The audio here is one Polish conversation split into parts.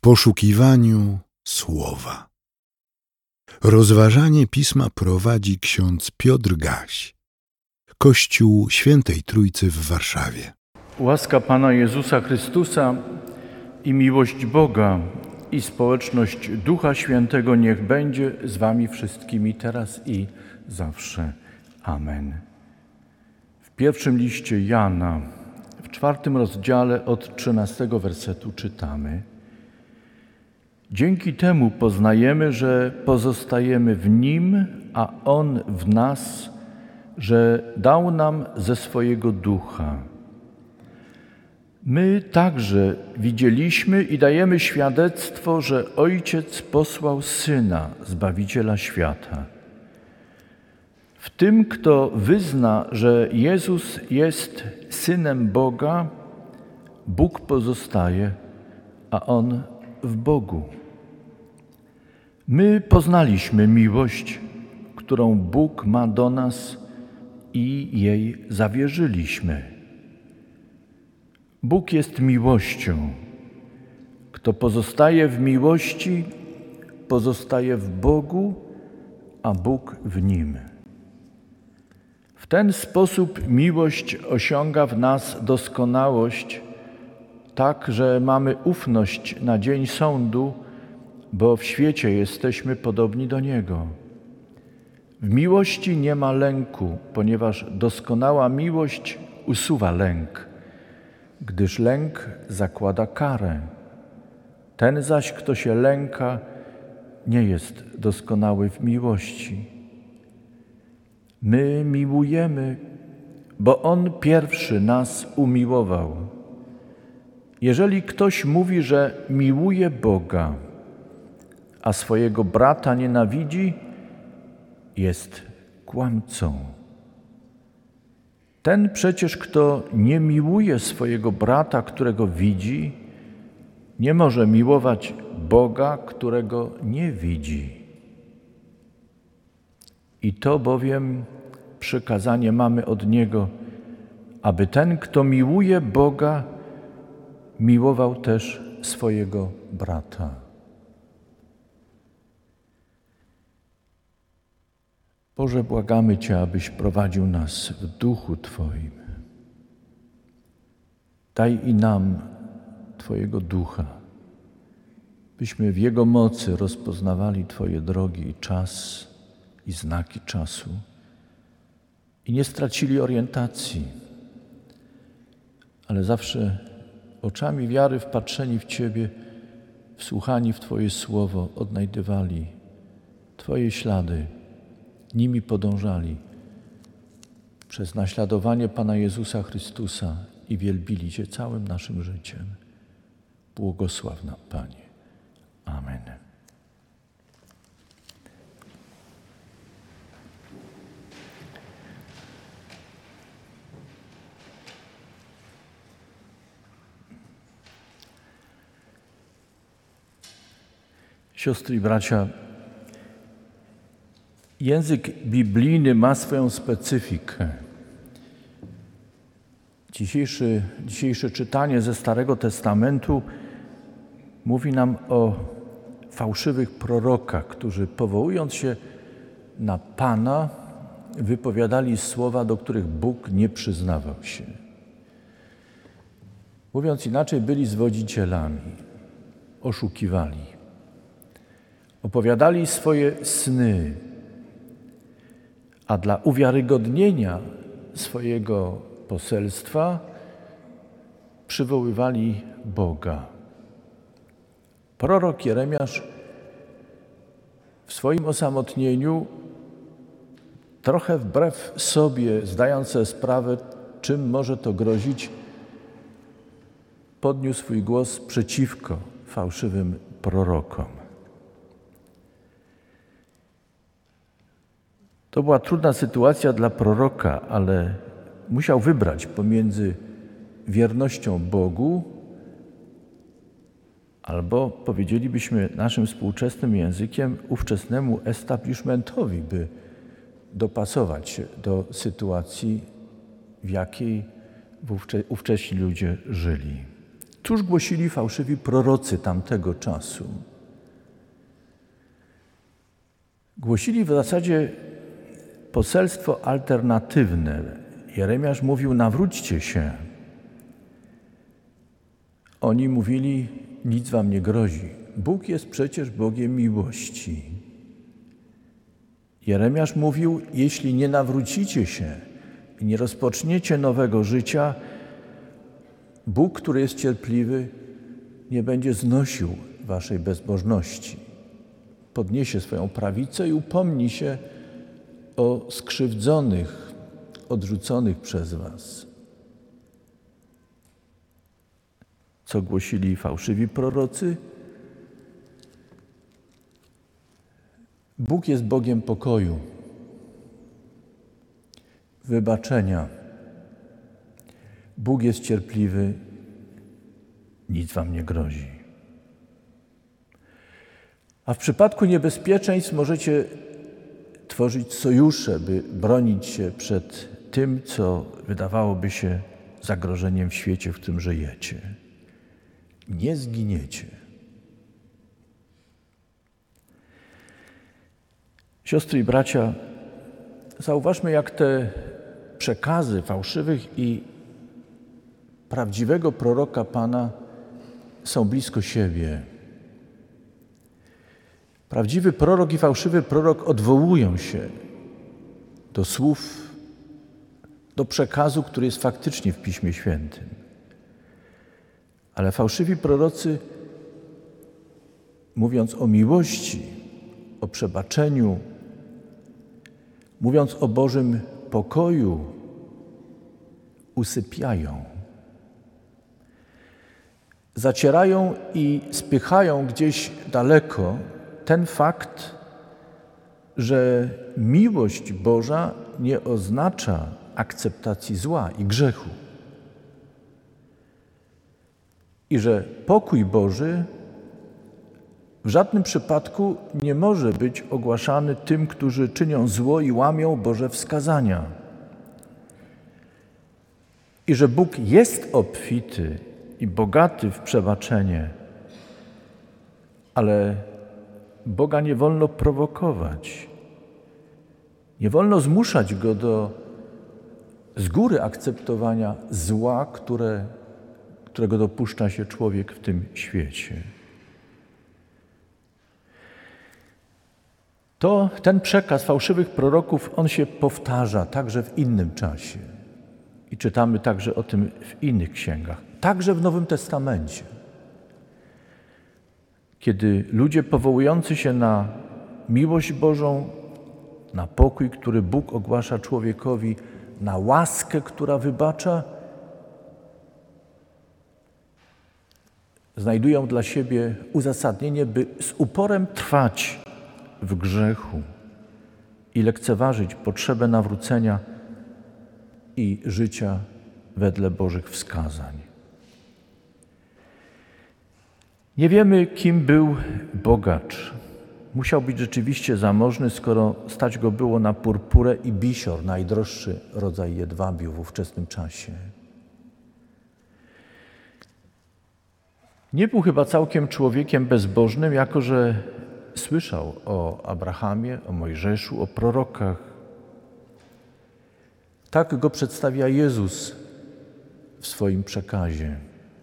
poszukiwaniu słowa. Rozważanie Pisma prowadzi ksiądz Piotr Gaś, Kościół Świętej Trójcy w Warszawie. Łaska Pana Jezusa Chrystusa i miłość Boga i społeczność Ducha Świętego niech będzie z wami wszystkimi teraz i zawsze. Amen. W pierwszym liście Jana, w 4 rozdziale od 13 wersetu czytamy: Dzięki temu poznajemy, że pozostajemy w Nim, a On w nas, że dał nam ze swojego Ducha. My także widzieliśmy i dajemy świadectwo, że Ojciec posłał Syna, Zbawiciela świata. W tym, kto wyzna, że Jezus jest Synem Boga, Bóg pozostaje, a On w Bogu. My poznaliśmy miłość, którą Bóg ma do nas i jej zawierzyliśmy. Bóg jest miłością. Kto pozostaje w miłości, pozostaje w Bogu, a Bóg w Nim. W ten sposób miłość osiąga w nas doskonałość, tak, że mamy ufność na dzień sądu, bo w świecie jesteśmy podobni do Niego. W miłości nie ma lęku, ponieważ doskonała miłość usuwa lęk, gdyż lęk zakłada karę. Ten zaś, kto się lęka, nie jest doskonały w miłości. My miłujemy, bo On pierwszy nas umiłował. Jeżeli ktoś mówi, że miłuje Boga, a swojego brata nienawidzi, jest kłamcą. Ten przecież, kto nie miłuje swojego brata, którego widzi, nie może miłować Boga, którego nie widzi. I to bowiem przykazanie mamy od Niego, aby ten, kto miłuje Boga, miłował też swojego brata. Boże, błagamy Cię, abyś prowadził nas w duchu Twoim. Daj i nam Twojego ducha, byśmy w Jego mocy rozpoznawali Twoje drogi i czas, i znaki czasu i nie stracili orientacji, ale zawsze oczami wiary wpatrzeni w Ciebie, wsłuchani w Twoje słowo, odnajdywali Twoje ślady, nimi podążali przez naśladowanie Pana Jezusa Chrystusa i wielbili Cię całym naszym życiem. Błogosław nam, Panie. Amen. Siostry i bracia, język biblijny ma swoją specyfikę. Dzisiejsze czytanie ze Starego Testamentu mówi nam o fałszywych prorokach, którzy powołując się na Pana, wypowiadali słowa, do których Bóg nie przyznawał się. Mówiąc inaczej, byli zwodzicielami, oszukiwali. Opowiadali swoje sny, a dla uwiarygodnienia swojego poselstwa przywoływali Boga. Prorok Jeremiasz w swoim osamotnieniu, trochę wbrew sobie, zdając sobie sprawę, czym może to grozić, podniósł swój głos przeciwko fałszywym prorokom. To była trudna sytuacja dla proroka, ale musiał wybrać pomiędzy wiernością Bogu albo, powiedzielibyśmy naszym współczesnym językiem, ówczesnemu establishmentowi, by dopasować się do sytuacji, w jakiej ówcześni ludzie żyli. Cóż głosili fałszywi prorocy tamtego czasu? Głosili w zasadzie poselstwo alternatywne. Jeremiasz mówił: nawróćcie się. Oni mówili: nic wam nie grozi. Bóg jest przecież Bogiem miłości. Jeremiasz mówił: jeśli nie nawrócicie się i nie rozpoczniecie nowego życia, Bóg, który jest cierpliwy, nie będzie znosił waszej bezbożności. Podniesie swoją prawicę i upomni się o skrzywdzonych, odrzuconych przez was. Co głosili fałszywi prorocy? Bóg jest Bogiem pokoju, wybaczenia. Bóg jest cierpliwy, nic wam nie grozi. A w przypadku niebezpieczeństw możecie tworzyć sojusze, by bronić się przed tym, co wydawałoby się zagrożeniem w świecie, w którym żyjecie. Nie zginiecie. Siostry i bracia, zauważmy, jak te przekazy fałszywych i prawdziwego proroka Pana są blisko siebie. Prawdziwy prorok i fałszywy prorok odwołują się do słów, do przekazu, który jest faktycznie w Piśmie Świętym. Ale fałszywi prorocy, mówiąc o miłości, o przebaczeniu, mówiąc o Bożym pokoju, usypiają. Zacierają i spychają gdzieś daleko ten fakt, że miłość Boża nie oznacza akceptacji zła i grzechu. I że pokój Boży w żadnym przypadku nie może być ogłaszany tym, którzy czynią zło i łamią Boże wskazania. I że Bóg jest obfity i bogaty w przebaczenie, ale Boga nie wolno prowokować. Nie wolno zmuszać Go do z góry akceptowania zła, którego dopuszcza się człowiek w tym świecie. Ten przekaz fałszywych proroków, on się powtarza także w innym czasie. I czytamy także o tym w innych księgach, także w Nowym Testamencie. Kiedy ludzie powołujący się na miłość Bożą, na pokój, który Bóg ogłasza człowiekowi, na łaskę, która wybacza, znajdują dla siebie uzasadnienie, by z uporem trwać w grzechu i lekceważyć potrzebę nawrócenia i życia wedle Bożych wskazań. Nie wiemy, kim był bogacz. Musiał być rzeczywiście zamożny, skoro stać go było na purpurę i bisior, najdroższy rodzaj jedwabiu w ówczesnym czasie. Nie był chyba całkiem człowiekiem bezbożnym, jako że słyszał o Abrahamie, o Mojżeszu, o prorokach. Tak go przedstawia Jezus w swoim przekazie.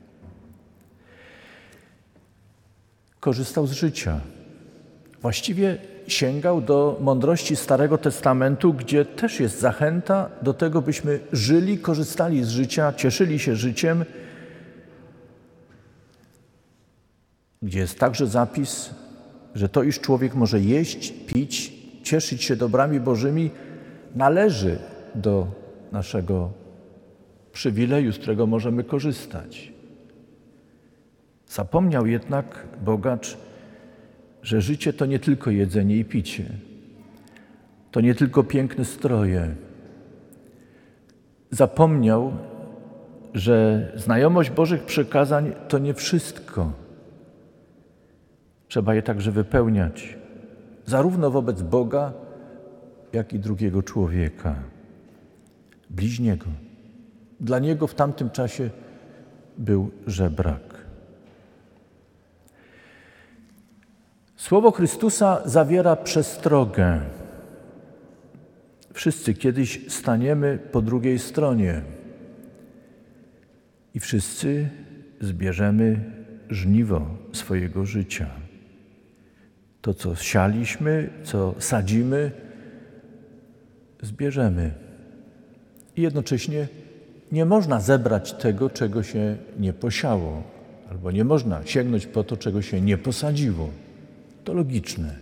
Korzystał z życia. Właściwie sięgał do mądrości Starego Testamentu, gdzie też jest zachęta do tego, byśmy żyli, korzystali z życia, cieszyli się życiem, gdzie jest także zapis, że to, iż człowiek może jeść, pić, cieszyć się dobrami Bożymi, należy do naszego przywileju, z którego możemy korzystać. Zapomniał jednak bogacz, że życie to nie tylko jedzenie i picie, to nie tylko piękne stroje. Zapomniał, że znajomość Bożych przykazań to nie wszystko. Trzeba je także wypełniać, zarówno wobec Boga, jak i drugiego człowieka, bliźniego. Dla niego w tamtym czasie był żebrak. Słowo Chrystusa zawiera przestrogę. Wszyscy kiedyś staniemy po drugiej stronie i wszyscy zbierzemy żniwo swojego życia. To, co sialiśmy, co sadzimy, zbierzemy. I jednocześnie nie można zebrać tego, czego się nie posiało, albo nie można sięgnąć po to, czego się nie posadziło. To logiczne.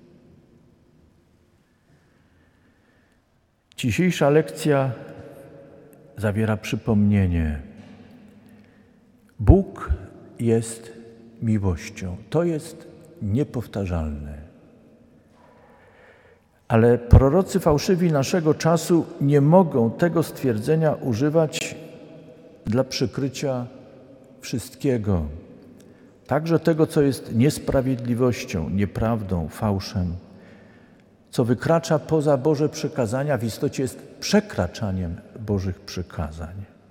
Dzisiejsza lekcja zawiera przypomnienie. Bóg jest miłością. To jest niepowtarzalne. Ale prorocy fałszywi naszego czasu nie mogą tego stwierdzenia używać dla przykrycia wszystkiego. Także tego, co jest niesprawiedliwością, nieprawdą, fałszem, co wykracza poza Boże przykazania, w istocie jest przekraczaniem Bożych przykazań.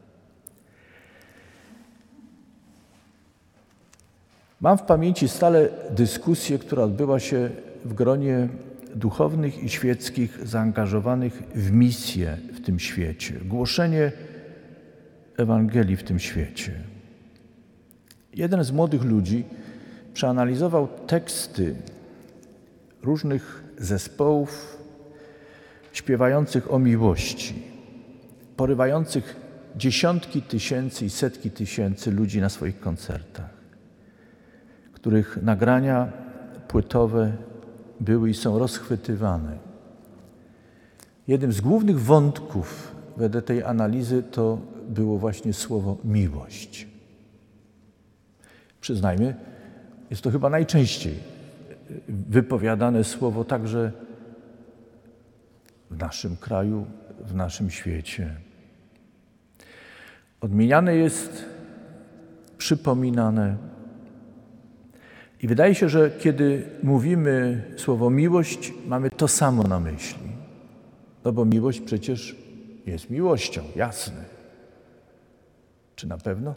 Mam w pamięci stale dyskusję, która odbyła się w gronie duchownych i świeckich zaangażowanych w misję w tym świecie, głoszenie Ewangelii w tym świecie. Jeden z młodych ludzi przeanalizował teksty różnych zespołów śpiewających o miłości, porywających dziesiątki tysięcy i setki tysięcy ludzi na swoich koncertach, których nagrania płytowe były i są rozchwytywane. Jednym z głównych wątków wedle tej analizy to było właśnie słowo miłość. Przyznajmy, jest to chyba najczęściej wypowiadane słowo także w naszym kraju, w naszym świecie. Odmieniane jest, przypominane. I wydaje się, że kiedy mówimy słowo miłość, mamy to samo na myśli. No bo miłość przecież jest miłością, jasne. Czy na pewno?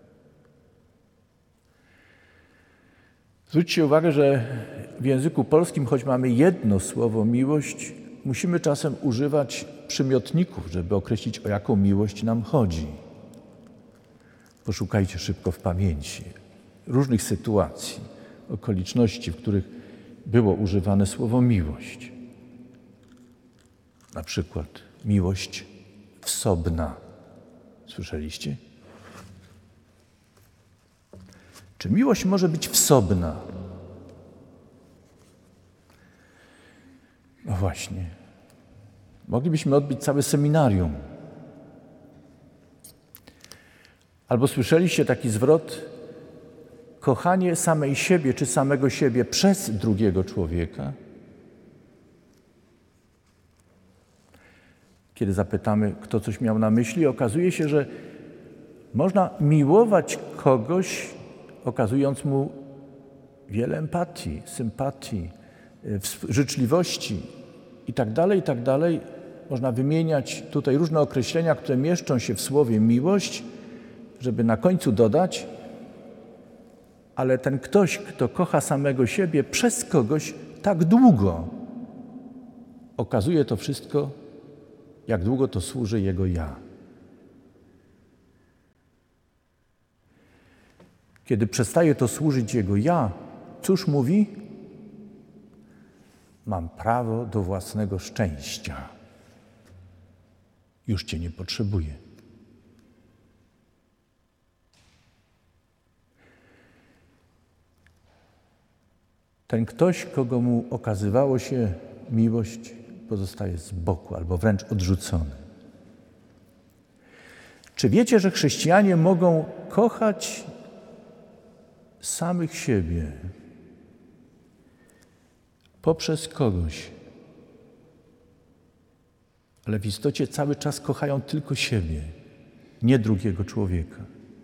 Zwróćcie uwagę, że w języku polskim, choć mamy jedno słowo miłość, musimy czasem używać przymiotników, żeby określić, o jaką miłość nam chodzi. Poszukajcie szybko w pamięci różnych sytuacji, okoliczności, w których było używane słowo miłość. Na przykład miłość wsobna. Słyszeliście? Czy miłość może być wsobna? No właśnie. Moglibyśmy odbyć całe seminarium. Albo słyszeliście taki zwrot: kochanie samej siebie czy samego siebie przez drugiego człowieka? Kiedy zapytamy, kto coś miał na myśli, okazuje się, że można miłować kogoś, okazując mu wiele empatii, sympatii, życzliwości itd., itd. Można wymieniać tutaj różne określenia, które mieszczą się w słowie miłość, żeby na końcu dodać: ale ten ktoś, kto kocha samego siebie przez kogoś tak długo, okazuje to wszystko, jak długo to służy jego ja. Kiedy przestaje to służyć jego ja, cóż mówi? Mam prawo do własnego szczęścia. Już cię nie potrzebuję. Ten ktoś, kogo mu okazywało się miłość, pozostaje z boku albo wręcz odrzucony. Czy wiecie, że chrześcijanie mogą kochać samych siebie poprzez kogoś, ale w istocie cały czas kochają tylko siebie, nie drugiego człowieka.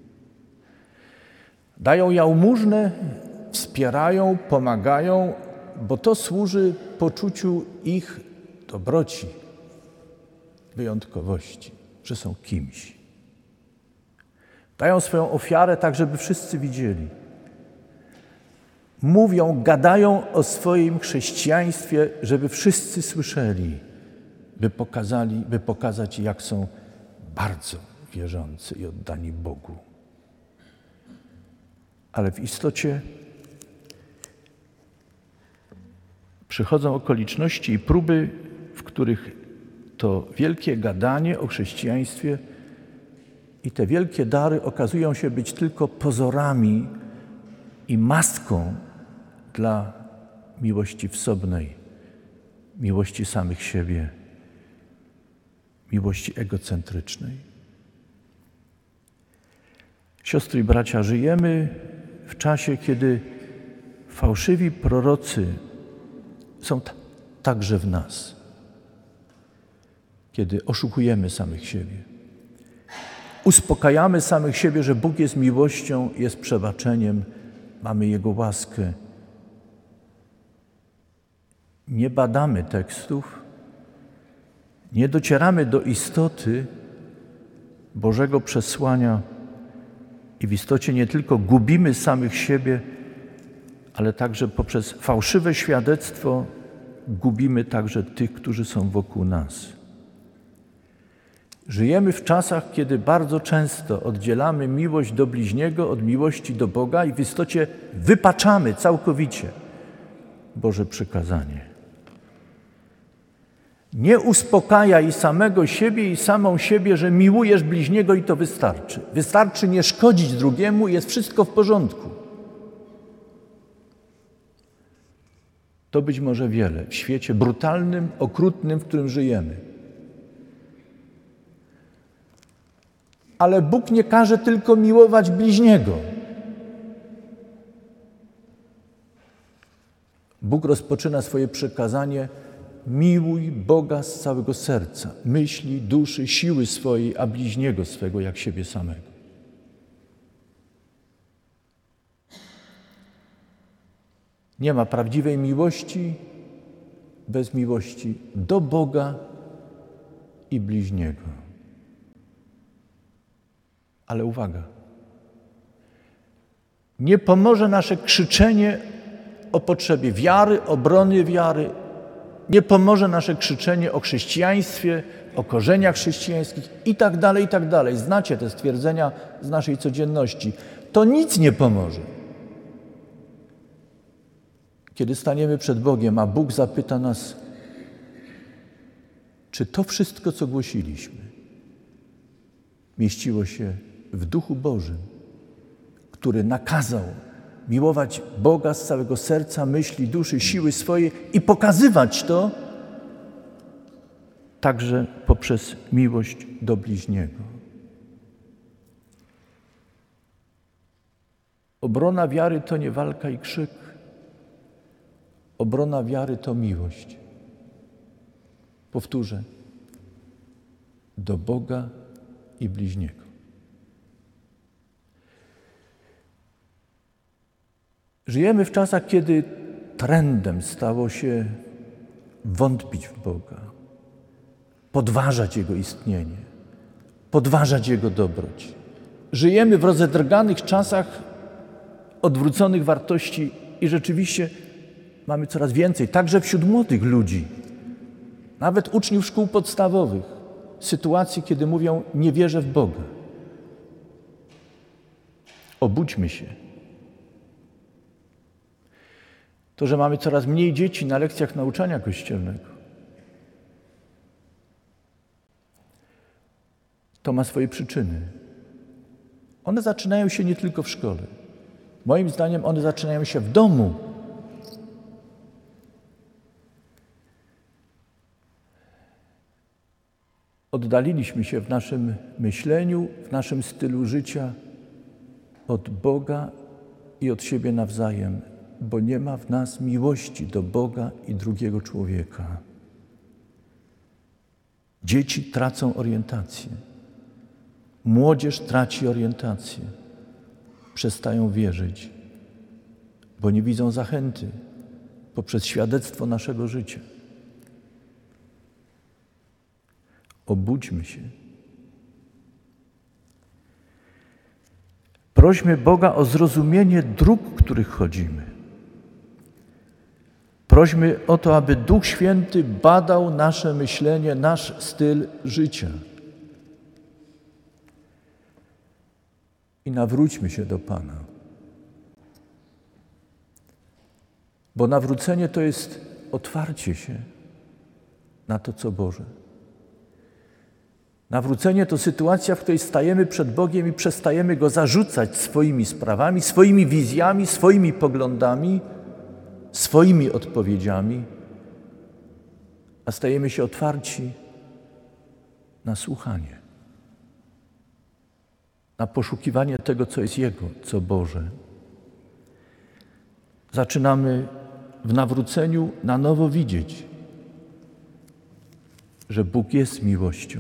Dają jałmużnę, wspierają, pomagają, bo to służy poczuciu ich dobroci, wyjątkowości, że są kimś. Dają swoją ofiarę tak, żeby wszyscy widzieli. Mówią, gadają o swoim chrześcijaństwie, żeby wszyscy słyszeli, by pokazać, jak są bardzo wierzący i oddani Bogu. Ale w istocie przychodzą okoliczności i próby, w których to wielkie gadanie o chrześcijaństwie i te wielkie dary okazują się być tylko pozorami i maską dla miłości wsobnej, miłości samych siebie, miłości egocentrycznej. Siostry i bracia, żyjemy w czasie, kiedy fałszywi prorocy są także w nas, kiedy oszukujemy samych siebie. Uspokajamy samych siebie, że Bóg jest miłością, jest przebaczeniem, mamy Jego łaskę. Nie badamy tekstów, nie docieramy do istoty Bożego przesłania i w istocie nie tylko gubimy samych siebie, ale także poprzez fałszywe świadectwo gubimy także tych, którzy są wokół nas. Żyjemy w czasach, kiedy bardzo często oddzielamy miłość do bliźniego od miłości do Boga i w istocie wypaczamy całkowicie Boże przykazanie. Nie uspokajaj samego siebie i samą siebie, że miłujesz bliźniego i to wystarczy. Wystarczy nie szkodzić drugiemu i jest wszystko w porządku. To być może wiele w świecie brutalnym, okrutnym, w którym żyjemy. Ale Bóg nie każe tylko miłować bliźniego. Bóg rozpoczyna swoje przykazanie: miłuj Boga z całego serca, myśli, duszy, siły swojej, a bliźniego swego jak siebie samego. Nie ma prawdziwej miłości bez miłości do Boga i bliźniego. Ale uwaga, nie pomoże nasze krzyczenie o potrzebie wiary, obrony wiary, nie pomoże nasze krzyczenie o chrześcijaństwie, o korzeniach chrześcijańskich i tak dalej, i tak dalej. Znacie te stwierdzenia z naszej codzienności. To nic nie pomoże. Kiedy staniemy przed Bogiem, a Bóg zapyta nas, czy to wszystko, co głosiliśmy, mieściło się w Duchu Bożym, który nakazał miłować Boga z całego serca, myśli, duszy, siły swojej i pokazywać to także poprzez miłość do bliźniego. Obrona wiary to nie walka i krzyk. Obrona wiary to miłość. Powtórzę. Do Boga i bliźniego. Żyjemy w czasach, kiedy trendem stało się wątpić w Boga, podważać Jego istnienie, podważać Jego dobroć. Żyjemy w rozedrganych czasach odwróconych wartości i rzeczywiście mamy coraz więcej, także wśród młodych ludzi, nawet uczniów szkół podstawowych, sytuacji, kiedy mówią: nie wierzę w Boga. Obudźmy się. To, że mamy coraz mniej dzieci na lekcjach nauczania kościelnego, to ma swoje przyczyny. One zaczynają się nie tylko w szkole. Moim zdaniem one zaczynają się w domu. Oddaliliśmy się w naszym myśleniu, w naszym stylu życia od Boga i od siebie nawzajem, bo nie ma w nas miłości do Boga i drugiego człowieka. Dzieci tracą orientację. Młodzież traci orientację. Przestają wierzyć, bo nie widzą zachęty poprzez świadectwo naszego życia. Obudźmy się. Prośmy Boga o zrozumienie dróg, których chodzimy. Prośmy o to, aby Duch Święty badał nasze myślenie, nasz styl życia. I nawróćmy się do Pana. Bo nawrócenie to jest otwarcie się na to, co Boże. Nawrócenie to sytuacja, w której stajemy przed Bogiem i przestajemy Go zarzucać swoimi sprawami, swoimi wizjami, swoimi poglądami, swoimi odpowiedziami, a stajemy się otwarci na słuchanie, na poszukiwanie tego, co jest Jego, co Boże. Zaczynamy w nawróceniu na nowo widzieć, że Bóg jest miłością.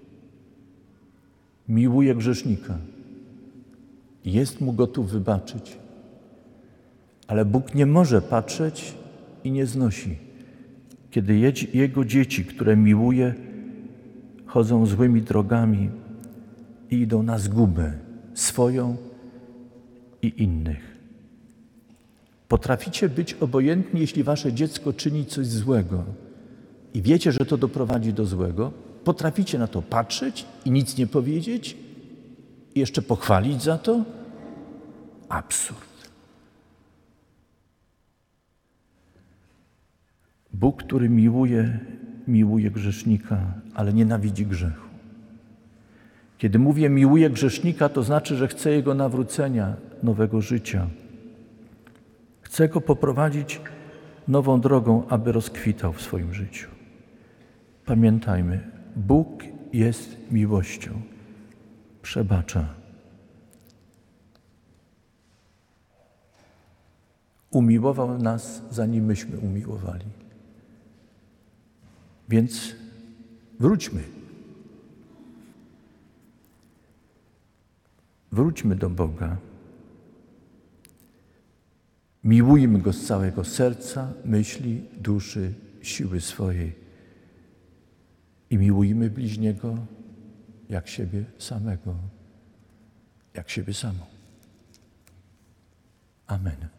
Miłuje grzesznika. Jest mu gotów wybaczyć. Ale Bóg nie może patrzeć i nie znosi, kiedy Jego dzieci, które miłuje, chodzą złymi drogami i idą na zgubę swoją i innych. Potraficie być obojętni, jeśli wasze dziecko czyni coś złego i wiecie, że to doprowadzi do złego. Potraficie na to patrzeć i nic nie powiedzieć i jeszcze pochwalić za to? Absurd. Bóg, który miłuje grzesznika, ale nienawidzi grzechu. Kiedy mówię miłuje grzesznika, to znaczy, że chce jego nawrócenia, nowego życia. Chce go poprowadzić nową drogą, aby rozkwitał w swoim życiu. Pamiętajmy, Bóg jest miłością. Przebacza. Umiłował nas, zanim myśmy umiłowali. Więc wróćmy. Wróćmy do Boga. Miłujmy Go z całego serca, myśli, duszy, siły swojej. I miłujmy bliźniego jak siebie samego, jak siebie samą. Amen.